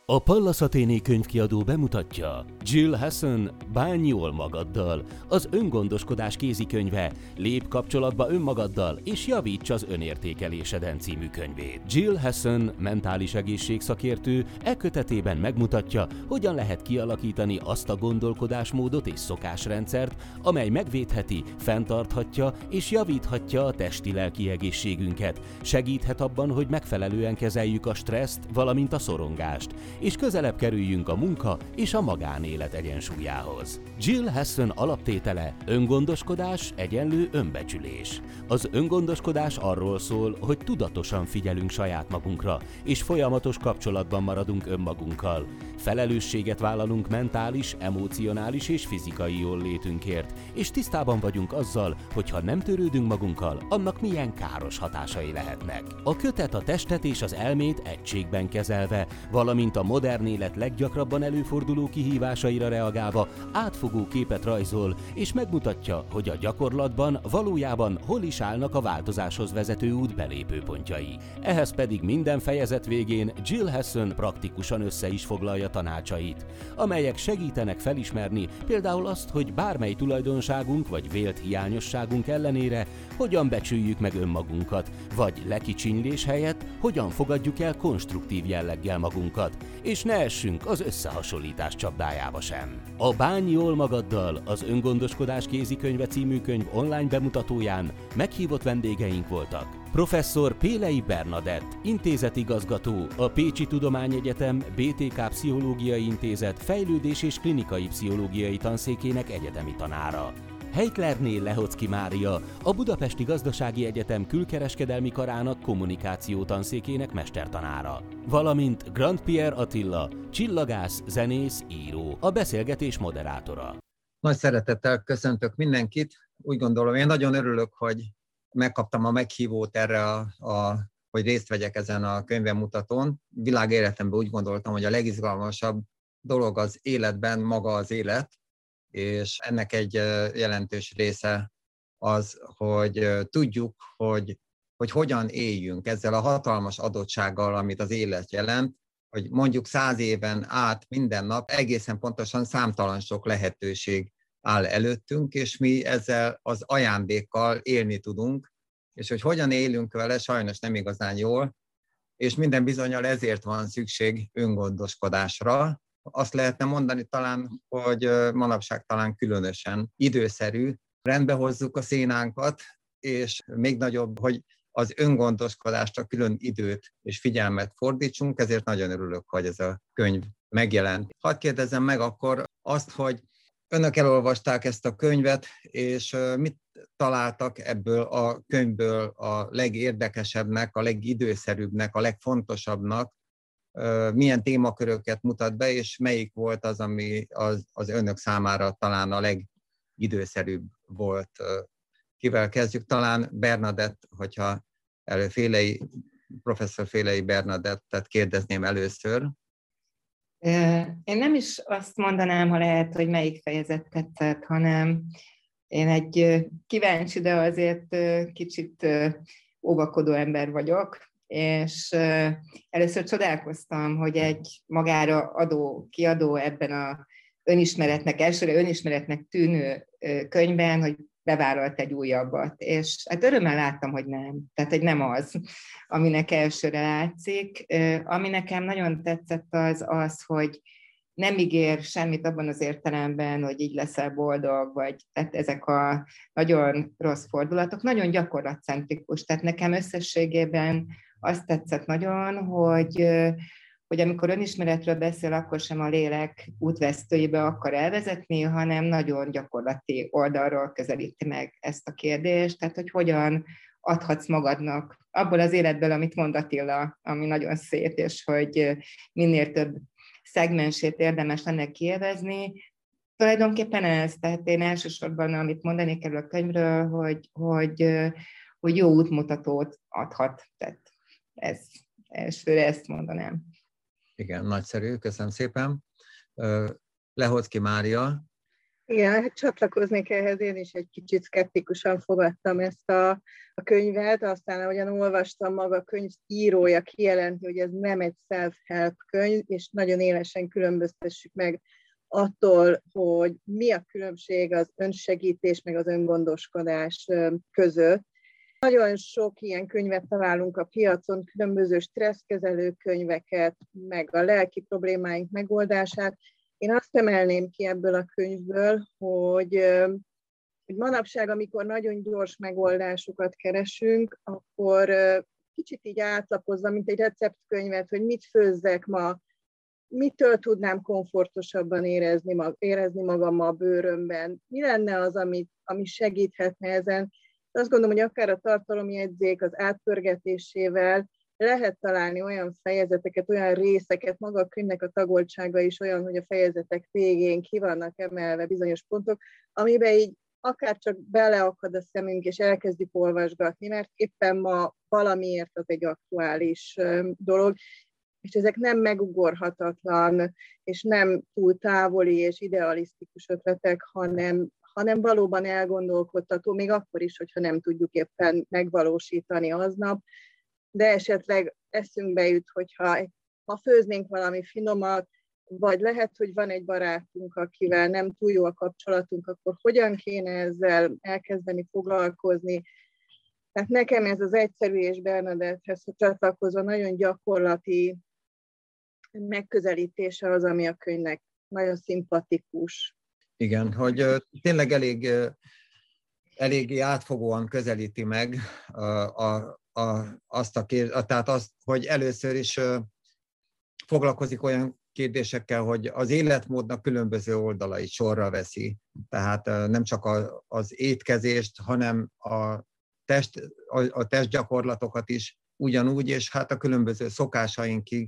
A Pallas Athéné könyvkiadó bemutatja Jill Hasson Bánj jól magaddal, az öngondoskodás kézikönyve, lép kapcsolatba önmagaddal és javíts az önértékeléseden című könyvét. Jill Hasson mentális egészségszakértő kötetében megmutatja, hogyan lehet kialakítani azt a gondolkodásmódot és szokásrendszert, amely megvédheti, fenntarthatja és javíthatja a testi-lelki egészségünket, segíthet abban, hogy megfelelően kezeljük a stresszt, valamint a szorongást, és közelebb kerüljünk a munka és a magánélet egyensúlyához. Jill Hasson alaptétele: öngondoskodás egyenlő önbecsülés. Az öngondoskodás arról szól, hogy tudatosan figyelünk saját magunkra, és folyamatos kapcsolatban maradunk önmagunkkal. Felelősséget vállalunk mentális, emocionális és fizikai jóllétünkért, és tisztában vagyunk azzal, hogy ha nem törődünk magunkkal, annak milyen káros hatásai lehetnek. A kötet a testet és az elmét egységben kezelve, valamint a modern élet leggyakrabban előforduló kihívásaira reagálva átfogó képet rajzol, és megmutatja, hogy a gyakorlatban valójában hol is állnak a változáshoz vezető út belépőpontjai. Ehhez pedig minden fejezet végén Jill Hasson praktikusan össze is foglalja tanácsait, amelyek segítenek felismerni például azt, hogy bármely tulajdonságunk vagy vélt hiányosságunk ellenére hogyan becsüljük meg önmagunkat, vagy lekicsinylés helyett hogyan fogadjuk el konstruktív jelleggel magunkat, és ne essünk az összehasonlítás csapdájába sem. A Bánj jól magaddal, az öngondoskodás kézikönyve című könyv online bemutatóján meghívott vendégeink voltak: Professzor Pélei Bernadett, intézetigazgató, a Pécsi Tudományegyetem BTK Pszichológiai Intézet fejlődés és klinikai pszichológiai tanszékének egyetemi tanára; Heitlerné Lehocki Mária, a Budapesti Gazdasági Egyetem külkereskedelmi karának kommunikáció tanszékének mestertanára, valamint Grand Pierre Attila, csillagász, zenész, író, a beszélgetés moderátora. Nagy szeretettel köszöntök mindenkit. Úgy gondolom, én nagyon örülök, hogy megkaptam a meghívót erre, hogy részt vegyek ezen a könyvemutatón. Világéletemben úgy gondoltam, hogy a legizgalmasabb dolog az életben maga az élet, és ennek egy jelentős része az, hogy tudjuk, hogy hogyan éljünk ezzel a hatalmas adottsággal, amit az élet jelent, hogy mondjuk 100 éven át minden nap egészen pontosan számtalan sok lehetőség áll előttünk, és mi ezzel az ajándékkal élni tudunk, és hogy hogyan élünk vele, sajnos nem igazán jól, és minden bizonnyal ezért van szükség öngondoskodásra. Azt lehetne mondani talán, hogy manapság talán különösen időszerű, rendbe hozzuk a szénánkat, és még nagyobb, hogy az öngondoskodásra külön időt és figyelmet fordítsunk, ezért nagyon örülök, hogy ez a könyv megjelent. Hadd kérdezzem meg akkor azt, hogy önök elolvasták ezt a könyvet, és mit találtak ebből a könyvből a legérdekesebbnek, a legidőszerűbbnek, a legfontosabbnak, milyen témaköröket mutat be, és melyik volt az, ami az önök számára talán a legidőszerűbb volt. Kivel kezdjük? Talán Bernadett, hogyha professzor Félei Bernadettet kérdezném először. Én nem is azt mondanám, ha lehet, hogy melyik fejezet tetszett, hanem én egy kíváncsi, de azért kicsit óvakodó ember vagyok, és először csodálkoztam, hogy egy magára kiadó ebben a elsőre önismeretnek tűnő könyvben, hogy bevállalt egy újabbat, és hát örömmel láttam, hogy nem. Tehát, hogy nem az, aminek elsőre látszik. Ami nekem nagyon tetszett az, hogy nem ígér semmit abban az értelemben, hogy így leszel boldog, vagy tehát ezek a nagyon rossz fordulatok, nagyon gyakorlatcentrikus. Tehát nekem összességében azt tetszett nagyon, hogy amikor önismeretről beszél, akkor sem a lélek útvesztőjébe akar elvezetni, hanem nagyon gyakorlati oldalról közelíti meg ezt a kérdést, tehát hogy hogyan adhatsz magadnak abból az életből, amit mond Attila, ami nagyon szép, és hogy minél több szegmensét érdemes lenne kiélvezni. Tulajdonképpen ez, tehát én elsősorban, amit mondani kell a könyvről, hogy jó útmutatót adhat. Tehát elsőre ezt mondanám. Igen, nagyszerű, köszönöm szépen. Lehocki Mária. Igen, hát csatlakoznék ehhez, én is egy kicsit szkeptikusan fogadtam ezt a könyvet, aztán ahogyan olvastam, maga a könyv írója kijelenti, hogy ez nem egy self-help könyv, és nagyon élesen különböztessük meg attól, hogy mi a különbség az önsegítés meg az öngondoskodás között. Nagyon sok ilyen könyvet találunk a piacon, különböző stresszkezelő könyveket, meg a lelki problémáink megoldását. Én azt emelném ki ebből a könyvből, hogy manapság, amikor nagyon gyors megoldásokat keresünk, akkor kicsit így átlapozva, mint egy receptkönyvet, hogy mit főzzek ma, mitől tudnám komfortosabban érezni magam a bőrömben, mi lenne az, ami segíthetne ezen. Azt gondolom, hogy akár a tartalomjegyzék az átpörgetésével lehet találni olyan fejezeteket, olyan részeket, maga a könyvnek a tagoltsága is olyan, hogy a fejezetek végén ki vannak emelve bizonyos pontok, amiben így akár csak beleakad a szemünk, és elkezdjük olvasgatni, mert éppen ma valamiért az egy aktuális dolog, és ezek nem megugorhatatlan, és nem túl távoli és idealisztikus ötletek, hanem valóban elgondolkodtató, még akkor is, hogyha nem tudjuk éppen megvalósítani aznap, de esetleg eszünkbe jut, hogyha főznénk valami finomat, vagy lehet, hogy van egy barátunk, akivel nem túl jó a kapcsolatunk, akkor hogyan kéne ezzel elkezdeni foglalkozni. Tehát nekem ez az egyszerű és Bernadettehez csatlakozva nagyon gyakorlati megközelítése az, ami a könyvnek nagyon szimpatikus. Igen, hogy tényleg eléggé átfogóan közelíti meg azt, hogy először is foglalkozik olyan kérdésekkel, hogy az életmódnak különböző oldalait sorra veszi. Tehát nem csak az étkezést, hanem a testgyakorlatokat is ugyanúgy, és hát a különböző szokásainkig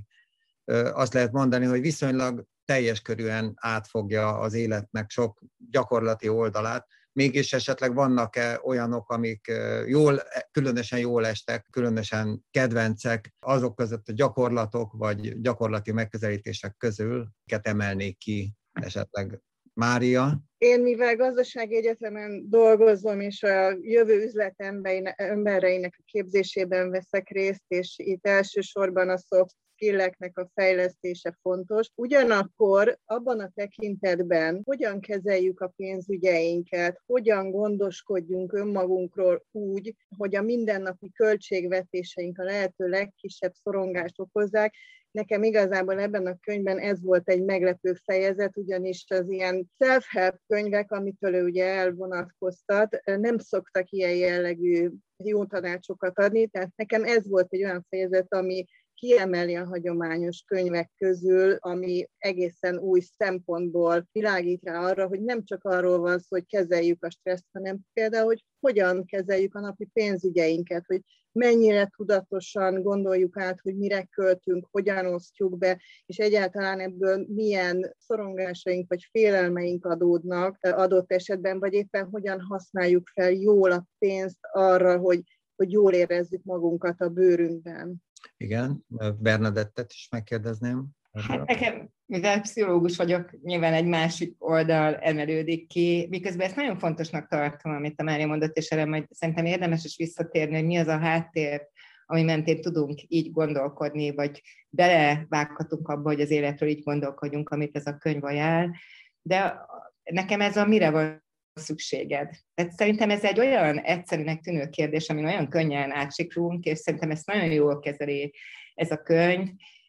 azt lehet mondani, hogy viszonylag teljes körűen átfogja az életnek sok gyakorlati oldalát, mégis esetleg vannak-e olyanok, amik különösen jól estek, különösen kedvencek, azok között a gyakorlatok vagy gyakorlati megközelítések közül emelnék ki esetleg Mária? Én, mivel gazdasági egyetemen dolgozom, és a jövő üzletembereinek a képzésében veszek részt, és itt elsősorban a soft skill-eknek a fejlesztése fontos. Ugyanakkor abban a tekintetben, hogyan kezeljük a pénzügyeinket, hogyan gondoskodjunk önmagunkról úgy, hogy a mindennapi költségvetéseink a lehető legkisebb szorongást okozzák. Nekem igazából ebben a könyvben ez volt egy meglepő fejezet, ugyanis az ilyen self-help könyvek, amitől ő ugye elvonatkoztat, nem szoktak ilyen jellegű jó tanácsokat adni, tehát nekem ez volt egy olyan fejezet, ami kiemeli a hagyományos könyvek közül, ami egészen új szempontból világít rá arra, hogy nem csak arról van szó, hogy kezeljük a stresszt, hanem például, hogy hogyan kezeljük a napi pénzügyeinket, hogy mennyire tudatosan gondoljuk át, hogy mire költünk, hogyan osztjuk be, és egyáltalán ebből milyen szorongásaink vagy félelmeink adódnak adott esetben, vagy éppen hogyan használjuk fel jól a pénzt arra, hogy jól érezzük magunkat a bőrünkben. Igen, Bernadettet is megkérdezném. Hát nekem, mivel pszichológus vagyok, nyilván egy másik oldal emelődik ki, miközben ezt nagyon fontosnak tartom, amit a Mária mondott, és erre majd szerintem érdemes is visszatérni, hogy mi az a háttér, ami mentén tudunk így gondolkodni, vagy belevághatunk abba, hogy az életről így gondolkodjunk, amit ez a könyv ajánl. De nekem ez a mire van szükséged. Tehát szerintem ez egy olyan egyszerűnek tűnő kérdés, amin olyan könnyen átsiklunk, és szerintem ezt nagyon jól kezeli ez a könyv,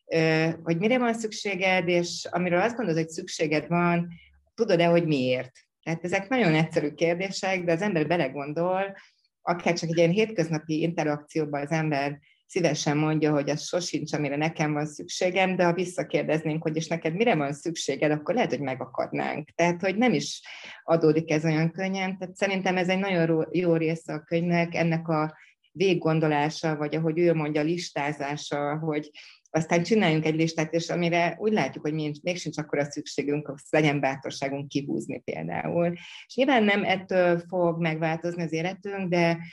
hogy mire van szükséged, és amiről azt gondolod, hogy szükséged van, tudod-e, hogy miért? Tehát ezek nagyon egyszerű kérdések, de az ember belegondol, akár csak egy ilyen hétköznapi interakcióban az ember szívesen mondja, hogy az sosincs, amire nekem van szükségem, de ha visszakérdeznénk, hogy és neked mire van szükséged, akkor lehet, hogy megakadnánk. Tehát, hogy nem is adódik ez olyan könnyen. Tehát szerintem ez egy nagyon jó része a könyvnek, ennek a véggondolása, vagy ahogy ő mondja, listázása, hogy aztán csináljunk egy listát, és amire úgy látjuk, hogy mégsem akkora szükségünk, hogy legyen bátorságunk kihúzni például. És nyilván nem ettől fog megváltozni az életünk, de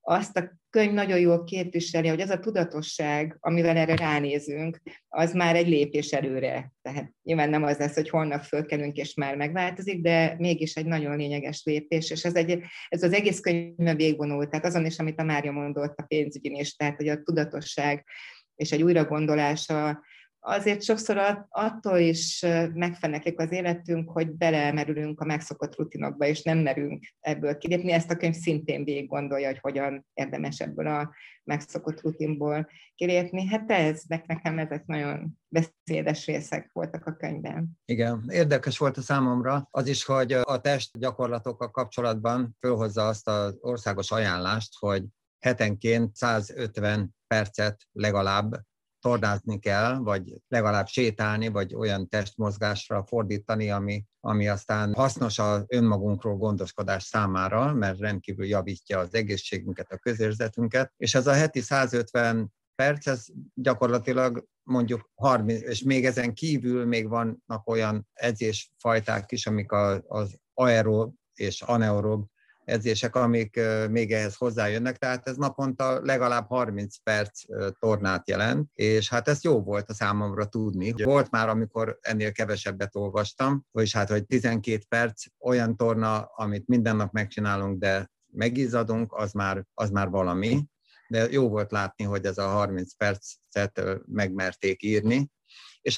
azt a könyv nagyon jól képviseli, hogy az a tudatosság, amivel erre ránézünk, az már egy lépés előre. Tehát nyilván nem az lesz, hogy holnap fölkelünk és már megváltozik, de mégis egy nagyon lényeges lépés, és ez az egész könyvben végvonul, tehát azon is, amit a Mária mondott a pénzügyin is, tehát hogy a tudatosság és egy újragondolása, azért sokszor attól is megfeneklik az életünk, hogy belemerülünk a megszokott rutinokba, és nem merünk ebből kilépni. Ezt a könyv szintén végig gondolja, hogy hogyan érdemes ebből a megszokott rutinból kilépni. Hát nekem ezek nagyon beszédes részek voltak a könyvben. Igen, érdekes volt a számomra az is, hogy a testgyakorlatokkal kapcsolatban fölhozza azt az országos ajánlást, hogy hetenként 150 percet legalább tornázni kell, vagy legalább sétálni, vagy olyan testmozgásra fordítani, ami aztán hasznos az önmagunkról gondoskodás számára, mert rendkívül javítja az egészségünket, a közérzetünket. És ez a heti 150 perc, ez gyakorlatilag mondjuk 30, és még ezen kívül még vannak olyan edzésfajták is, amik az aerob és anaerob edzések, amik még ehhez hozzájönnek, tehát ez naponta legalább 30 perc tornát jelent, és hát ez jó volt a számomra tudni. Volt már, amikor ennél kevesebbet olvastam, vagyis hát, hogy 12 perc olyan torna, amit minden nap megcsinálunk, de megizzadunk, az már valami, de jó volt látni, hogy ez a 30 percet megmerték írni. És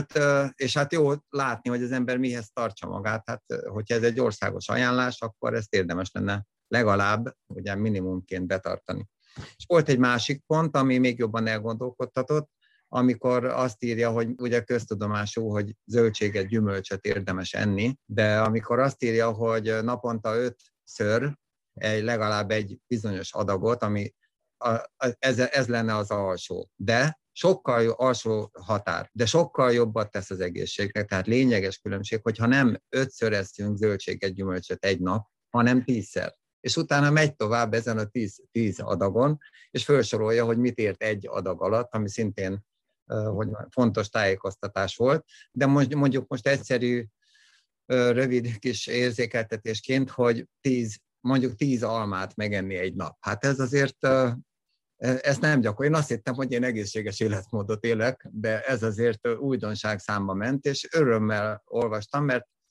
hát jó látni, hogy az ember mihez tartsa magát. Hát, hogyha ez egy országos ajánlás, akkor ezt érdemes lenne legalább, ugye minimumként betartani. És volt egy másik pont, ami még jobban elgondolkodtatott, amikor azt írja, hogy ugye köztudomású, hogy zöldséget, gyümölcsöt érdemes enni, de amikor azt írja, hogy naponta 5-ször legalább egy bizonyos adagot, ami ez lenne az alsó. De sokkal alsó határ, de sokkal jobbat tesz az egészségnek, tehát lényeges különbség, hogyha nem 5-ször eszünk zöldséget, gyümölcsöt egy nap, hanem 10-szer. És utána megy tovább ezen a 10 adagon, és felsorolja, hogy mit ért egy adag alatt, ami szintén hogy fontos tájékoztatás volt, de mondjuk most egyszerű, rövid kis érzékeltetésként, hogy mondjuk 10 almát megenni egy nap. Hát ez azért ezt nem gyakori. Én azt hittem, hogy én egészséges életmódot élek, de ez azért újdonság számba ment, és örömmel olvastam,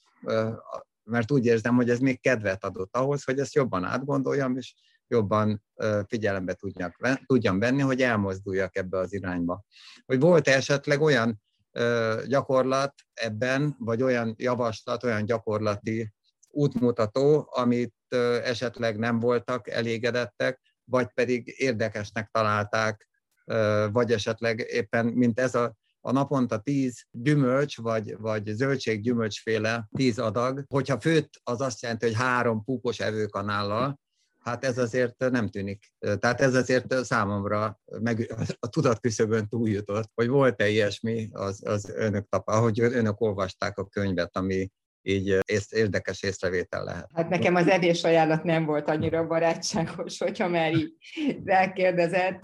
mert úgy érzem, hogy ez még kedvet adott ahhoz, hogy ezt jobban átgondoljam, és jobban figyelembe tudjam venni, hogy elmozduljak ebbe az irányba. Hogy volt esetleg olyan gyakorlat ebben, vagy olyan javaslat, olyan gyakorlati útmutató, amit esetleg nem voltak elégedettek, vagy pedig érdekesnek találták, vagy esetleg éppen, mint ez a naponta 10 gyümölcs, vagy zöldség-gyümölcsféle 10 adag. Hogyha főtt, az azt jelenti, hogy 3 púpos evőkanállal, hát ez azért nem tűnik. Tehát ez azért számomra a tudatküszöbön túljutott, hogy volt-e ilyesmi az önök ahogy önök olvasták a könyvet, ami így érdekes észrevétel lehet. Hát nekem az evésajánlat nem volt annyira barátságos, hogyha már így rákérdezett.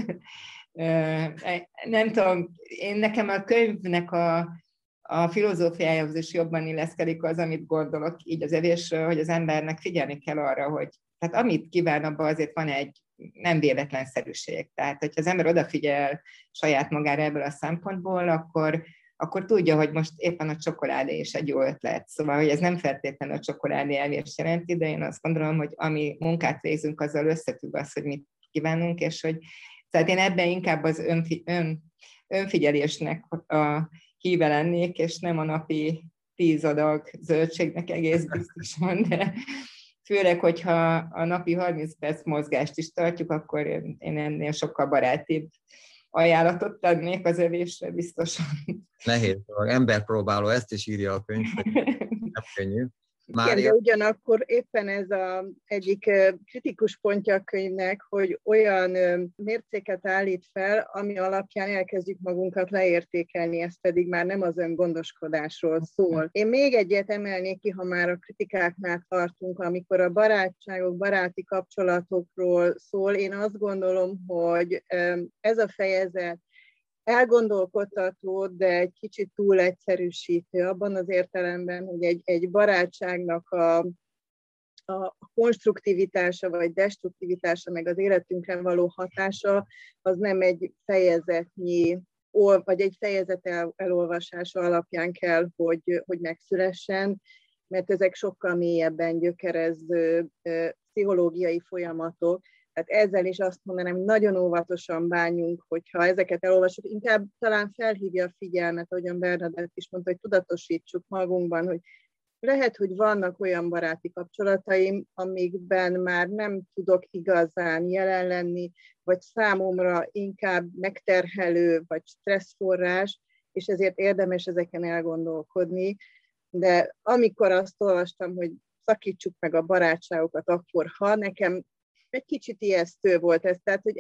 Nem tudom, nekem a könyvnek a filozófiájához is jobban illeszkedik az, amit gondolok így az evésről, hogy az embernek figyelni kell arra, hogy tehát amit kíván, abban azért van egy nem véletlenszerűség. Tehát, hogyha az ember odafigyel saját magára ebből a szempontból, akkor tudja, hogy most éppen a csokoládé is egy jó ötlet. Szóval, hogy ez nem feltétlenül a csokoládé elvést jelenti, de én azt gondolom, hogy ami munkát végzünk, azzal összefügg az, hogy mit kívánunk, és hogy tehát én ebben inkább az önfigyelésnek a híve lennék, és nem a napi 10 adag zöldségnek egész biztosan, de főleg, hogyha a napi 30 perc mozgást is tartjuk, akkor én ennél sokkal barátibb ajánlatot tennék az evésre biztosan. Nehéz dolog, emberpróbáló, ezt is írja a könyv, nem könnyű. Igen, de ugyanakkor éppen ez egyik kritikus pontja a könyvnek, hogy olyan mércéket állít fel, ami alapján elkezdjük magunkat leértékelni, ez pedig már nem az öngondoskodásról szól. Én még egyet emelnék ki, ha már a kritikáknál tartunk, amikor a barátságok, baráti kapcsolatokról szól. Én azt gondolom, hogy ez a fejezet elgondolkodtató, de egy kicsit túl egyszerűsítő abban az értelemben, hogy egy barátságnak a konstruktivitása vagy destruktivitása, meg az életünkre való hatása, az nem egy fejezetnyi, vagy egy fejezet elolvasása alapján kell, hogy megszülessen, mert ezek sokkal mélyebben gyökerező pszichológiai folyamatok. Tehát ezzel is azt mondanám, hogy nagyon óvatosan bánjunk, hogyha ezeket elolvasjuk, inkább talán felhívja a figyelmet, ahogyan Bernadett is mondta, hogy tudatosítsuk magunkban, hogy lehet, hogy vannak olyan baráti kapcsolataim, amikben már nem tudok igazán jelen lenni, vagy számomra inkább megterhelő, vagy stresszforrás, és ezért érdemes ezeken elgondolkodni. De amikor azt olvastam, hogy szakítsuk meg a barátságokat akkor, ha nekem egy kicsit ijesztő volt ez, tehát hogy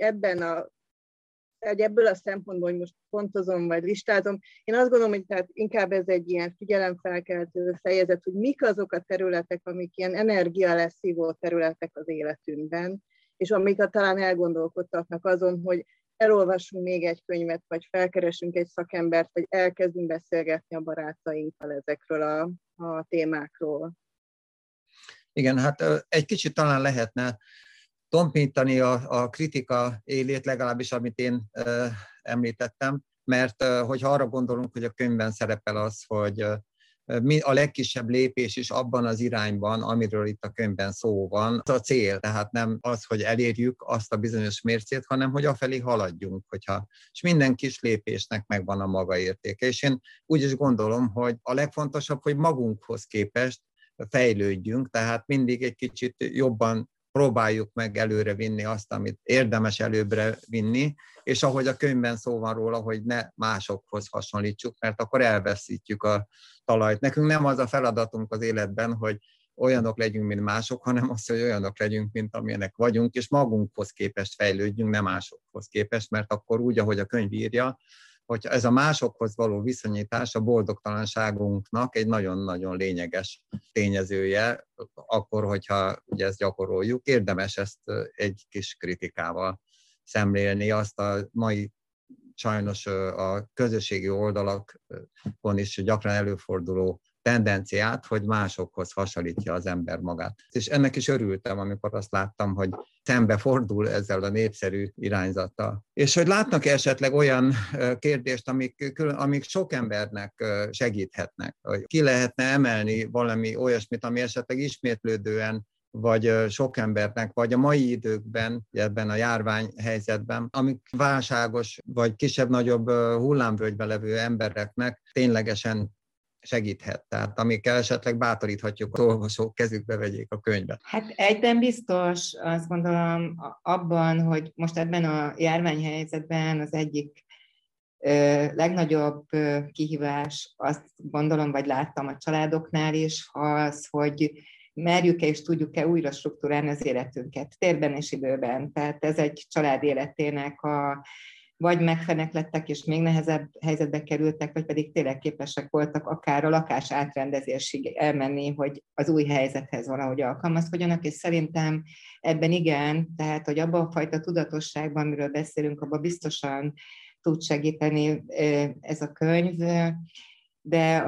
ebből a szempontból, hogy most pontozom vagy listázom, én azt gondolom, hogy tehát inkább ez egy ilyen figyelemfelkeltő fejezet, hogy mik azok a területek, amik ilyen energialeszívó területek az életünkben, és amik talán elgondolkodtatnak azon, hogy elolvasunk még egy könyvet, vagy felkeresünk egy szakembert, vagy elkezdünk beszélgetni a barátainkkal ezekről a témákról. Igen, hát egy kicsit talán lehetne tompítani a kritika élét, legalábbis amit én említettem, mert hogyha arra gondolunk, hogy a könyvben szerepel az, hogy a legkisebb lépés is abban az irányban, amiről itt a könyvben szó van, az a cél, tehát nem az, hogy elérjük azt a bizonyos mércét, hanem hogy afelé haladjunk, és minden kis lépésnek megvan a maga értéke. És én úgy is gondolom, hogy a legfontosabb, hogy magunkhoz képest fejlődjünk, tehát mindig egy kicsit jobban próbáljuk meg előre vinni azt, amit érdemes előbbre vinni, és ahogy a könyvben szó van róla, hogy ne másokhoz hasonlítsuk, mert akkor elveszítjük a talajt. Nekünk nem az a feladatunk az életben, hogy olyanok legyünk, mint mások, hanem az, hogy olyanok legyünk, mint amilyenek vagyunk, és magunkhoz képest fejlődjünk, nem másokhoz képest, mert akkor úgy, ahogy a könyv írja, hogy ez a másokhoz való viszonyítás a boldogtalanságunknak egy nagyon-nagyon lényeges tényezője, akkor, hogyha ugye ezt gyakoroljuk, érdemes ezt egy kis kritikával szemlélni, azt a mai sajnos a közösségi oldalakon is gyakran előforduló tendenciát, hogy másokhoz hasonlítja az ember magát. És ennek is örültem, amikor azt láttam, hogy szembe fordul ezzel a népszerű irányzattal. És hogy látnak esetleg olyan kérdést, amik sok embernek segíthetnek. Hogy ki lehetne emelni valami olyasmit, ami esetleg ismétlődően vagy sok embernek, vagy a mai időkben, ebben a járványhelyzetben, amik válságos, vagy kisebb-nagyobb hullámvölgyben levő embereknek ténylegesen segíthet. Tehát amikkel esetleg bátoríthatjuk, az olvasók kezükbe vegyék a könyvet. Hát egyben biztos, azt gondolom abban, hogy most ebben a járványhelyzetben az egyik legnagyobb kihívás, azt gondolom, vagy láttam a családoknál is, az, hogy merjük-e és tudjuk-e újra struktúrálni az életünket térben és időben. Tehát ez egy család életének vagy megfeneklettek és még nehezebb helyzetbe kerültek, vagy pedig tényleg képesek voltak akár a lakás átrendezésig elmenni, hogy az új helyzethez valahogy alkalmazkodjanak, és szerintem ebben igen, tehát hogy abban a fajta tudatosságban, amiről beszélünk, abban biztosan tud segíteni ez a könyv, de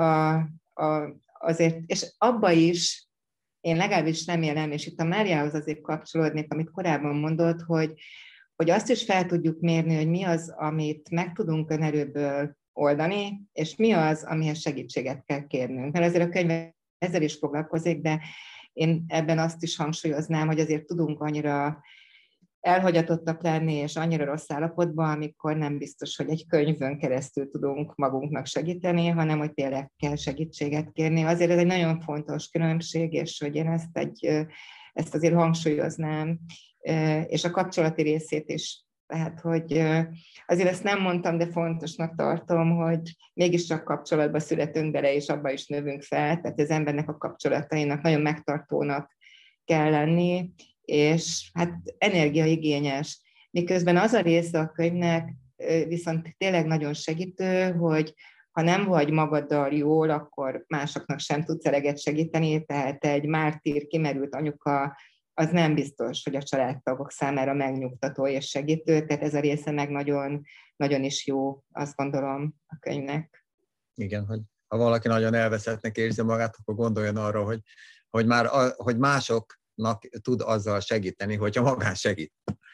azért, és abba is én legalábbis remélem, és itt a Máriához azért kapcsolódnék, amit korábban mondott, hogy azt is fel tudjuk mérni, hogy mi az, amit meg tudunk önerőből oldani, és mi az, amihez segítséget kell kérnünk. Mert azért a könyv ezzel is foglalkozik, de én ebben azt is hangsúlyoznám, hogy azért tudunk annyira elhagyatottak lenni, és annyira rossz állapotban, amikor nem biztos, hogy egy könyvön keresztül tudunk magunknak segíteni, hanem hogy tényleg kell segítséget kérni. Azért ez egy nagyon fontos különbség, és hogy én ezt azért hangsúlyoznám, és a kapcsolati részét is. Tehát, hogy azért ezt nem mondtam, de fontosnak tartom, hogy mégiscsak kapcsolatba születünk bele, és abba is növünk fel, tehát az embernek a kapcsolatainak nagyon megtartónak kell lenni, és hát energiaigényes. Miközben az a része a könyvnek viszont tényleg nagyon segítő, hogy ha nem vagy magaddal jól, akkor másoknak sem tudsz eleget segíteni, tehát egy mártír, kimerült anyuka, az nem biztos, hogy a családtagok számára megnyugtató és segítő, tehát ez a része meg nagyon, nagyon is jó, azt gondolom, a könyvnek. Igen, hogy ha valaki nagyon elveszettnek érzi magát, akkor gondoljon arra, hogy mások másoknak tud azzal segíteni, hogyha magán segít.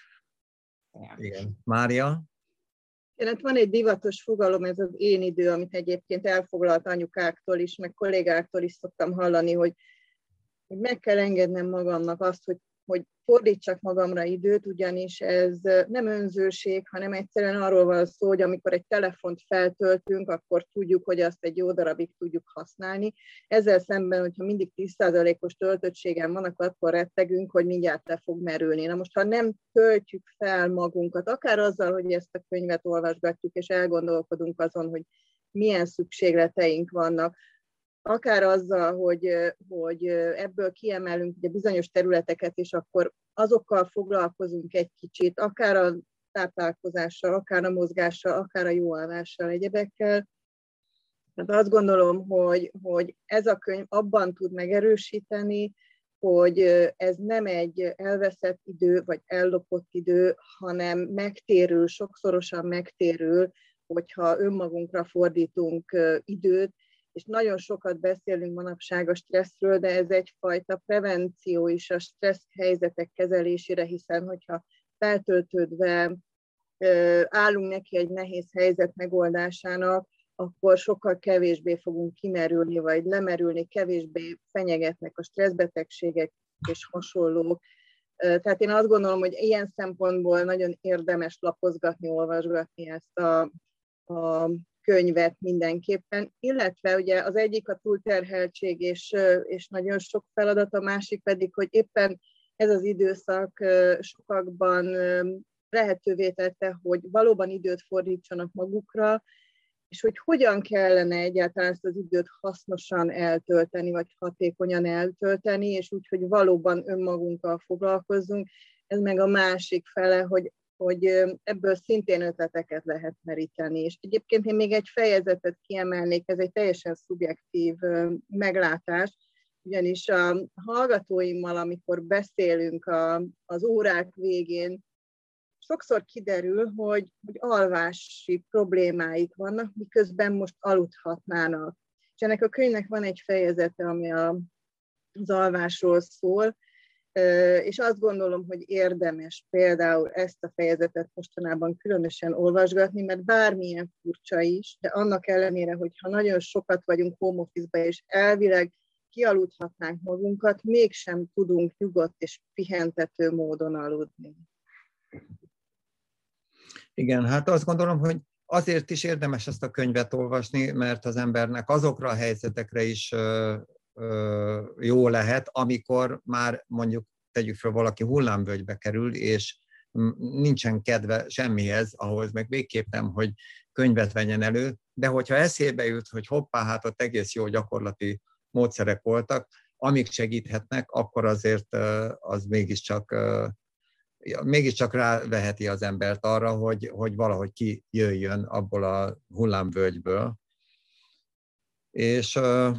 Igen. Mária? Hát van egy divatos fogalom, ez az én idő, amit egyébként elfoglalt anyukáktól is, meg kollégáktól is szoktam hallani, hogy meg kell engednem magamnak azt, hogy fordítsak magamra időt, ugyanis ez nem önzőség, hanem egyszerűen arról van szó, hogy amikor egy telefont feltöltünk, akkor tudjuk, hogy azt egy jó darabig tudjuk használni. Ezzel szemben, hogyha mindig 10%-os töltöttségen van, akkor rettegünk, hogy mindjárt le fog merülni. Na most, ha nem töltjük fel magunkat, akár azzal, hogy ezt a könyvet olvasgatjuk, és elgondolkodunk azon, hogy milyen szükségleteink vannak, akár azzal, hogy ebből kiemelünk ugye bizonyos területeket, és akkor azokkal foglalkozunk egy kicsit, akár a táplálkozással, akár a mozgással, akár a jó alvással, egyebekkel. Tehát azt gondolom, hogy ez a könyv abban tud megerősíteni, hogy ez nem egy elveszett idő, vagy ellopott idő, hanem megtérül, sokszorosan megtérül, hogyha önmagunkra fordítunk időt, és nagyon sokat beszélünk manapság a stresszről, de ez egyfajta prevenció is a stressz helyzetek kezelésére, hiszen hogyha feltöltődve állunk neki egy nehéz helyzet megoldásának, akkor sokkal kevésbé fogunk kimerülni, vagy lemerülni, kevésbé fenyegetnek a stresszbetegségek és hasonlók. Tehát én azt gondolom, hogy ilyen szempontból nagyon érdemes lapozgatni, olvasgatni ezt a könyvet mindenképpen, illetve ugye az egyik a túlterheltség és nagyon sok feladat, a másik pedig, hogy éppen ez az időszak sokakban lehetővé tette, hogy valóban időt fordítsanak magukra, és hogy hogyan kellene egyáltalán ezt az időt hasznosan eltölteni, vagy hatékonyan eltölteni, és úgy, hogy valóban önmagunkkal foglalkozzunk. Ez meg a másik fele, hogy ebből szintén ötleteket lehet meríteni. És egyébként én még egy fejezetet kiemelnék, ez egy teljesen szubjektív meglátás, ugyanis a hallgatóimmal, amikor beszélünk az órák végén, sokszor kiderül, hogy alvási problémáik vannak, miközben most aludhatnának. És ennek a könyvnek van egy fejezete, ami az alvásról szól, és azt gondolom, hogy érdemes például ezt a fejezetet mostanában különösen olvasgatni, mert bármilyen furcsa is, de annak ellenére, hogyha nagyon sokat vagyunk home office-ba, és elvileg kialudhatnánk magunkat, mégsem tudunk nyugodt és pihentető módon aludni. Igen, hát azt gondolom, hogy azért is érdemes ezt a könyvet olvasni, mert az embernek azokra a helyzetekre is jó lehet, amikor már mondjuk tegyük fel valaki hullámvölgybe kerül, és nincsen kedve semmihez, ahhoz meg végképp nem, hogy könyvet vegyen elő, de hogyha eszébe jut, hogy hoppá, hát ott egész jó gyakorlati módszerek voltak, amik segíthetnek, akkor azért az mégiscsak ráveheti az embert arra, hogy valahogy kijöjjön abból a hullámvölgyből. És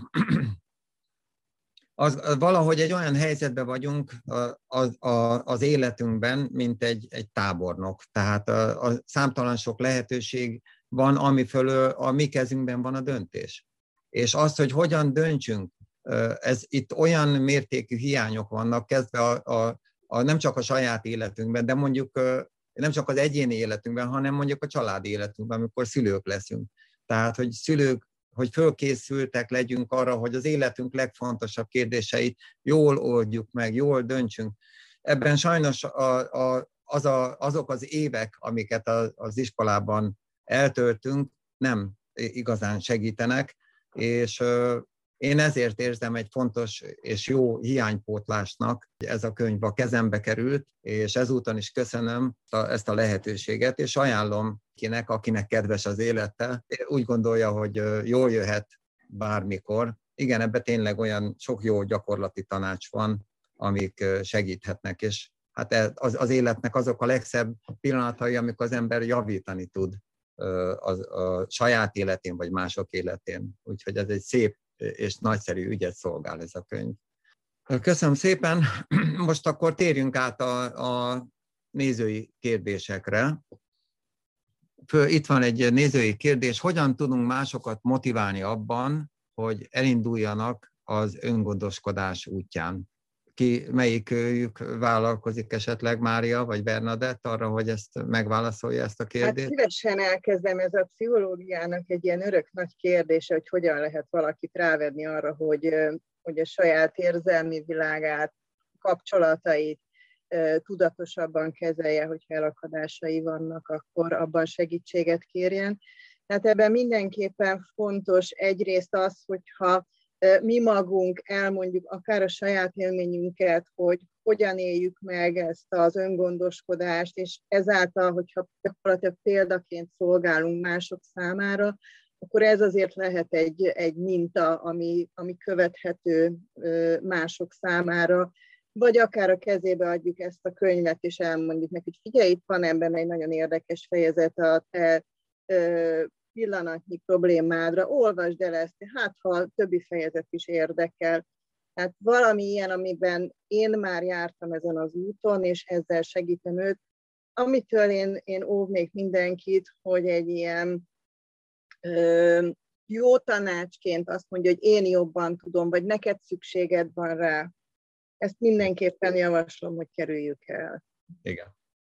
valahogy egy olyan helyzetben vagyunk az életünkben, mint egy tábornok. Tehát a számtalan sok lehetőség van, ami fölül a mi kezünkben van a döntés. És az, hogy hogyan döntsünk, itt olyan mértékű hiányok vannak, kezdve nem csak a saját életünkben, de mondjuk nem csak az egyéni életünkben, hanem mondjuk a családi életünkben, amikor szülők leszünk. Tehát, hogy szülők, hogy fölkészültek legyünk arra, hogy az életünk legfontosabb kérdéseit jól oldjuk meg, jól döntsünk. Ebben sajnos azok az évek, amiket az iskolában eltöltünk, nem igazán segítenek, és én ezért érzem egy fontos és jó hiánypótlásnak, hogy ez a könyv a kezembe került, és ezúton is köszönöm ezt a lehetőséget, és ajánlom akinek kedves az élete, úgy gondolja, hogy jól jöhet bármikor. Igen, ebben tényleg olyan sok jó gyakorlati tanács van, amik segíthetnek, és hát az életnek azok a legszebb pillanatai, amikor az ember javítani tud a saját életén, vagy mások életén. Úgyhogy ez egy szép és nagyszerű ügyet szolgál ez a könyv. Köszönöm szépen. Most akkor térjünk át a nézői kérdésekre. Itt van egy nézői kérdés. Hogyan tudunk másokat motiválni abban, hogy elinduljanak az öngondoskodás útján? melyikük vállalkozik esetleg, Mária vagy Bernadett, arra, hogy ezt megválaszolja ezt a kérdést? Hát szívesen elkezdem, ez a pszichológiának egy ilyen örök nagy kérdése, hogy hogyan lehet valakit rávenni arra, hogy a saját érzelmi világát, kapcsolatait tudatosabban kezelje, hogyha elakadásai vannak, akkor abban segítséget kérjen. Tehát ebben mindenképpen fontos egyrészt az, hogyha mi magunk elmondjuk akár a saját élményünket, hogy hogyan éljük meg ezt az öngondoskodást, és ezáltal, hogyha gyakorlatilag példaként szolgálunk mások számára, akkor ez azért lehet egy minta, ami követhető mások számára, vagy akár a kezébe adjuk ezt a könyvet, és elmondjuk neki, hogy figyelj, itt van ebben egy nagyon érdekes fejezet a te pillanatnyi problémádra, olvasd el ezt, hát ha a többi fejezet is érdekel. Tehát valami ilyen, amiben én már jártam ezen az úton, és ezzel segítem őt, amitől én óvnék mindenkit, hogy egy ilyen jó tanácsként azt mondja, hogy én jobban tudom, vagy neked szükséged van rá. Ezt mindenképpen javaslom, hogy kerüljük el. Igen.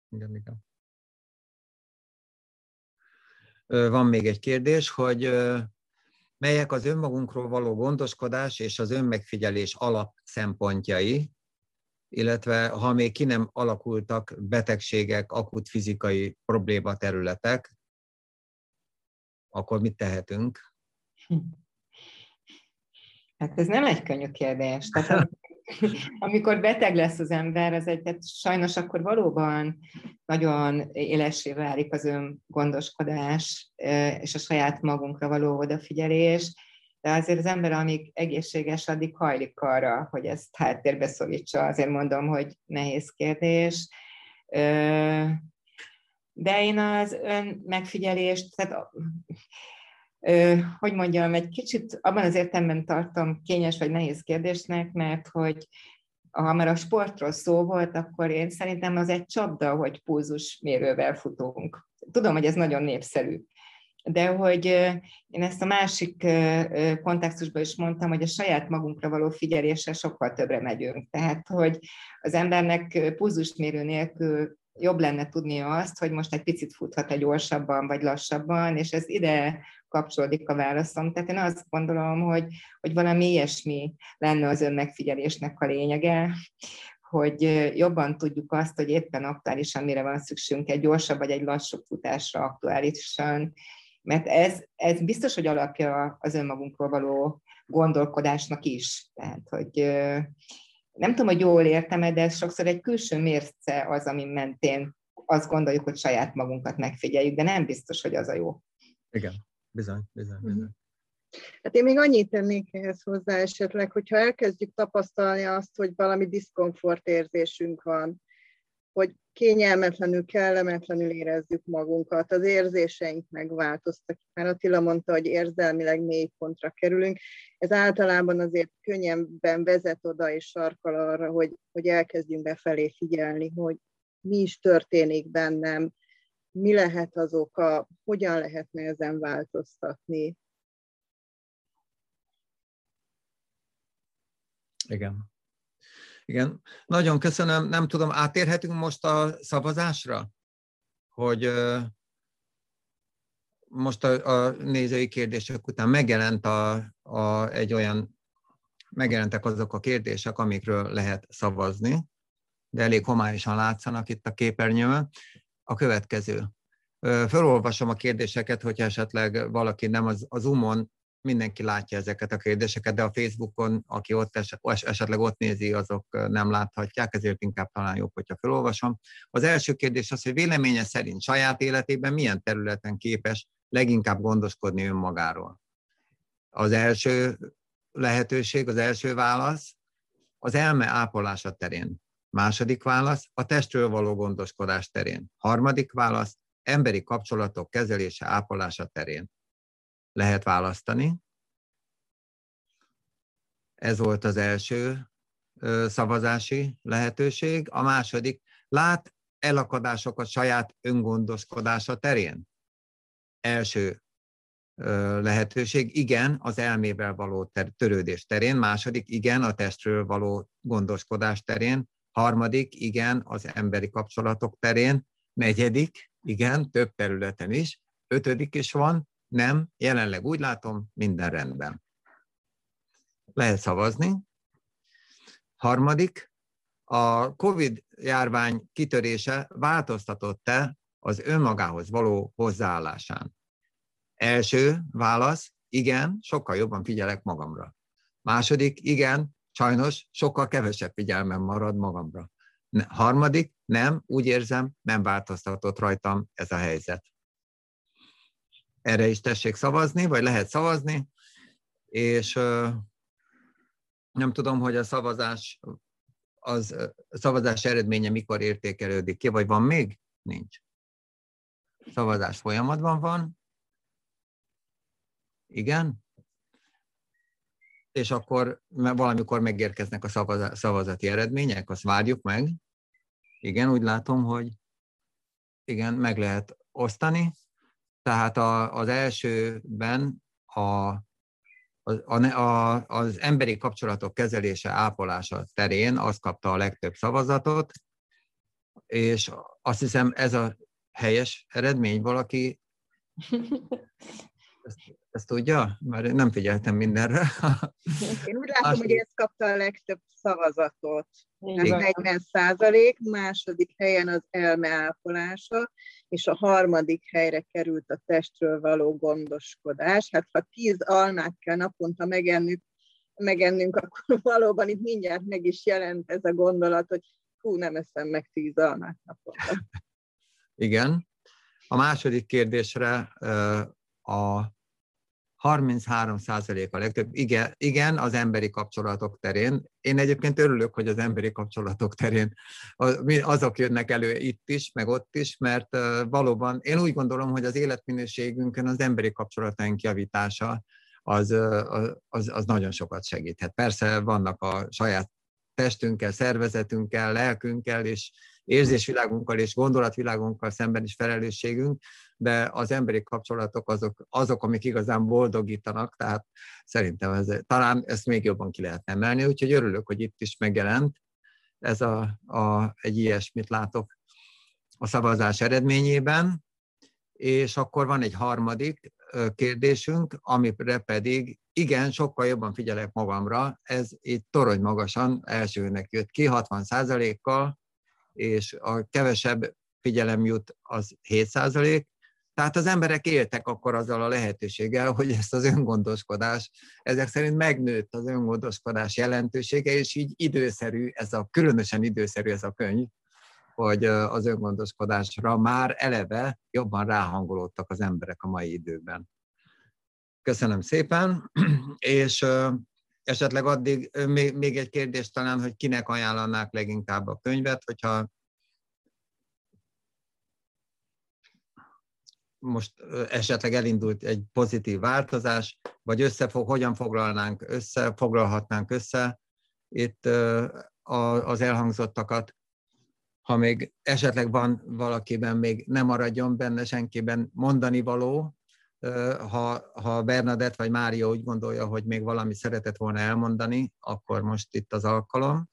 Van még egy kérdés, hogy melyek az önmagunkról való gondoskodás és az önmegfigyelés alapszempontjai, illetve ha még ki nem alakultak betegségek, akut fizikai problématerületek, akkor mit tehetünk? Hát ez nem egy könnyű kérdés. Tehát amikor beteg lesz az ember, tehát sajnos akkor valóban nagyon élessé válik az öngondoskodás és a saját magunkra való odafigyelés, de azért az ember, amíg egészséges, addig hajlik arra, hogy ezt háttérbe szorítsa. Azért mondom, hogy nehéz kérdés. De én az önmegfigyelést, tehát hogy mondjam, egy kicsit abban az értelemben tartom kényes vagy nehéz kérdésnek, mert hogy ha már a sportról szó volt, akkor én szerintem az egy csapda, hogy pulzusmérővel futunk. Tudom, hogy ez nagyon népszerű, de hogy én ezt a másik kontextusban is mondtam, hogy a saját magunkra való figyeléssel sokkal többre megyünk. Tehát, hogy az embernek pulzusmérő nélkül jobb lenne tudnia azt, hogy most egy picit futhat-e gyorsabban vagy lassabban, és ez ide kapcsolódik a válaszom. Tehát én azt gondolom, hogy valami ilyesmi lenne az önmegfigyelésnek a lényege, hogy jobban tudjuk azt, hogy éppen aktuálisan mire van szükségünk, egy gyorsabb vagy egy lassabb futásra aktuálisan, mert ez biztos, hogy alapja az önmagunkról való gondolkodásnak is. Tehát, hogy nem tudom, hogy jól értem, de ez sokszor egy külső mérce az, ami mentén azt gondoljuk, hogy saját magunkat megfigyeljük, de nem biztos, hogy az a jó. Igen, bizony. Hát én még annyit tennék ehhez hozzá esetleg, hogyha elkezdjük tapasztalni azt, hogy valami diszkomfort érzésünk van, hogy kényelmetlenül, kellemetlenül érezzük magunkat, az érzéseink megváltoztak. Már Attila mondta, hogy érzelmileg mélypontra kerülünk. Ez általában azért könnyebben vezet oda és sarkal arra, hogy elkezdjünk befelé figyelni, hogy mi is történik bennem, mi lehet az oka, hogyan lehetne ezen változtatni. Igen. Nagyon köszönöm. Nem tudom, átérhetünk most a szavazásra? Hogy most a nézői kérdések után megjelentek azok a kérdések, amikről lehet szavazni, de elég homályosan látszanak itt a képernyőn. A következő. Felolvasom a kérdéseket, hogyha esetleg valaki nem a Zoomon, mindenki látja ezeket a kérdéseket, de a Facebookon, aki ott esetleg ott nézi, azok nem láthatják, ezért inkább talán jobb, hogyha felolvasom. Az első kérdés az, hogy véleménye szerint saját életében milyen területen képes leginkább gondoskodni önmagáról. Az első lehetőség, az első válasz az elme ápolása terén. Második válasz a testről való gondoskodás terén. Harmadik válasz emberi kapcsolatok kezelése, ápolása terén. Lehet választani. Ez volt az első szavazási lehetőség. A második, lát elakadásokat saját öngondoskodása terén? Első lehetőség, igen, az elmével való törődés terén, második, igen, a testről való gondoskodás terén, harmadik, igen, az emberi kapcsolatok terén, negyedik, igen, több területen is, ötödik is van, nem, jelenleg úgy látom, minden rendben. Lehet szavazni. Harmadik, a COVID-járvány kitörése változtatott-e az önmagához való hozzáállásán? Első válasz, igen, sokkal jobban figyelek magamra. Második, igen, sajnos sokkal kevesebb figyelmem marad magamra. Harmadik, nem, úgy érzem, nem változtatott rajtam ez a helyzet. Erre is tessék szavazni, vagy lehet szavazni, és nem tudom, hogy a szavazás eredménye mikor értékelődik ki, vagy van még? Nincs. Szavazás folyamatban van. Igen. És akkor valamikor megérkeznek a szavazati eredmények, azt várjuk meg. Igen, úgy látom, hogy igen, meg lehet osztani. Tehát az elsőben az emberi kapcsolatok kezelése, ápolása terén az kapta a legtöbb szavazatot, és azt hiszem ez a helyes eredmény. Valaki ezt tudja? Már nem figyeltem mindenre. Én úgy látom, hogy ez kapta a legtöbb szavazatot. 40%, második helyen az elme ápolása, és a harmadik helyre került a testről való gondoskodás. Hát ha 10 almát kell naponta megennünk, akkor valóban itt mindjárt meg is jelent ez a gondolat, hogy nem eszem meg 10 almát naponta. Igen. A második kérdésre a 33% a legtöbb. Igen, az emberi kapcsolatok terén. Én egyébként örülök, hogy az emberi kapcsolatok terén azok jönnek elő itt is, meg ott is, mert valóban én úgy gondolom, hogy az életminőségünkön az emberi kapcsolataink javítása az nagyon sokat segíthet. Persze vannak a saját testünkkel, szervezetünkkel, lelkünkkel és érzésvilágunkkal és gondolatvilágunkkal szemben is felelősségünk, de az emberi kapcsolatok azok, amik igazán boldogítanak, tehát szerintem talán ezt még jobban ki lehet emelni, úgyhogy örülök, hogy itt is megjelent. Ez egy ilyesmit látok a szavazás eredményében, és akkor van egy harmadik kérdésünk, amire pedig igen, sokkal jobban figyelek magamra, ez itt torony magasan elsőnek jött ki, 60%-kal, és a kevesebb figyelem jut az 7%, tehát az emberek éltek akkor azzal a lehetőséggel, hogy ezt az öngondoskodás, ezek szerint megnőtt az öngondoskodás jelentősége, és így időszerű, különösen időszerű ez a könyv, hogy az öngondoskodásra már eleve jobban ráhangolódtak az emberek a mai időben. Köszönöm szépen, és esetleg addig még egy kérdés talán, hogy kinek ajánlanák leginkább a könyvet, hogyha most esetleg elindult egy pozitív változás, vagy hogyan foglalhatnánk össze itt az elhangzottakat, ha még esetleg van valakiben, még nem maradjon benne senkiben mondani való, ha Bernadett vagy Mária úgy gondolja, hogy még valami szeretett volna elmondani, akkor most itt az alkalom.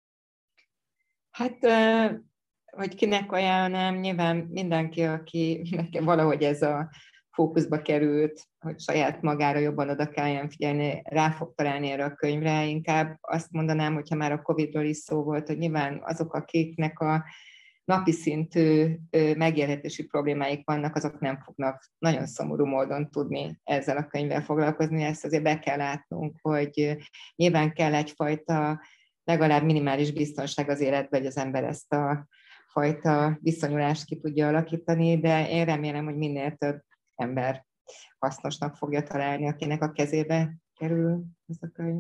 Hát, hogy kinek ajánlnám, nyilván mindenki, aki valahogy ez a fókuszba került, hogy saját magára jobban oda kelljen figyelni, rá fog találni erre a könyvre. Inkább azt mondanám, hogyha már a Covid-ról is szó volt, hogy nyilván azok, akiknek a napi szintű megélhetési problémáik vannak, azok nem fognak nagyon szomorú módon tudni ezzel a könyvvel foglalkozni. Ezt azért be kell látnunk, hogy nyilván kell egyfajta legalább minimális biztonság az életben, hogy az ember ezt a fajta viszonyulást ki tudja alakítani, de én remélem, hogy minél több ember hasznosnak fogja találni, akinek a kezébe kerül ez a könyv.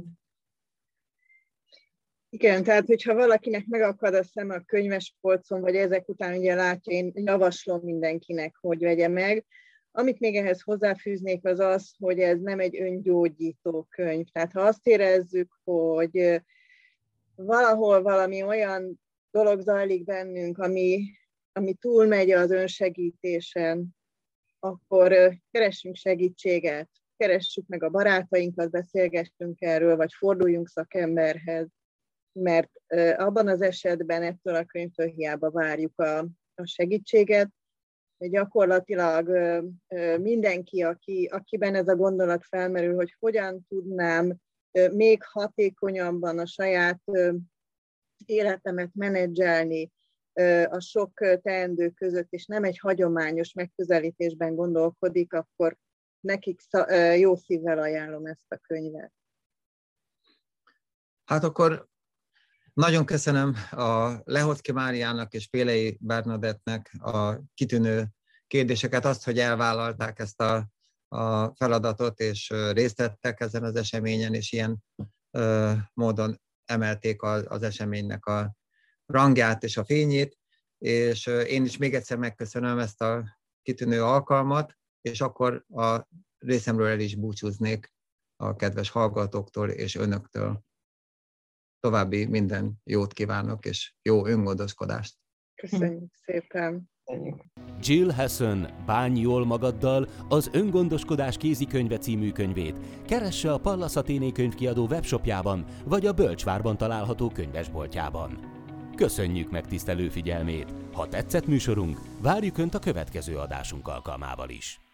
Igen, tehát hogyha valakinek megakad a szem a könyvespolcon, vagy ezek után ugye látja, én javaslom mindenkinek, hogy vegye meg. Amit még ehhez hozzáfűznék, az az, hogy ez nem egy öngyógyító könyv. Tehát ha azt érezzük, hogy valahol valami olyan dolog zajlik bennünk, ami túlmegy az önsegítésen, akkor keressünk segítséget, keressük meg a barátainkat, beszélgessünk erről, vagy forduljunk szakemberhez, mert abban az esetben ettől a könyvtől hiába várjuk a segítséget. Gyakorlatilag mindenki, akiben ez a gondolat felmerül, hogy hogyan tudnám még hatékonyabban a saját életemet menedzselni a sok teendő között, és nem egy hagyományos megközelítésben gondolkodik, akkor nekik jó szívvel ajánlom ezt a könyvet. Hát akkor nagyon köszönöm a Lehoczky Máriának és Pélei Bernadettnek a kitűnő kérdéseket, azt, hogy elvállalták ezt a feladatot, és részt vettek ezen az eseményen, és ilyen módon emelték az eseménynek a rangját és a fényét, és én is még egyszer megköszönöm ezt a kitűnő alkalmat, és akkor a részemről el is búcsúznék a kedves hallgatóktól és önöktől. További minden jót kívánok, és jó öngondoskodást. Köszönjük szépen! Jill Hasson, Bánj jól magaddal, az Öngondoskodás kézikönyve című könyvét keresse a Pallas Athéné könyvkiadó webshopjában, vagy a Bölcsvárban található könyvesboltjában. Köszönjük megtisztelő figyelmét! Ha tetszett műsorunk, várjuk Önt a következő adásunk alkalmával is!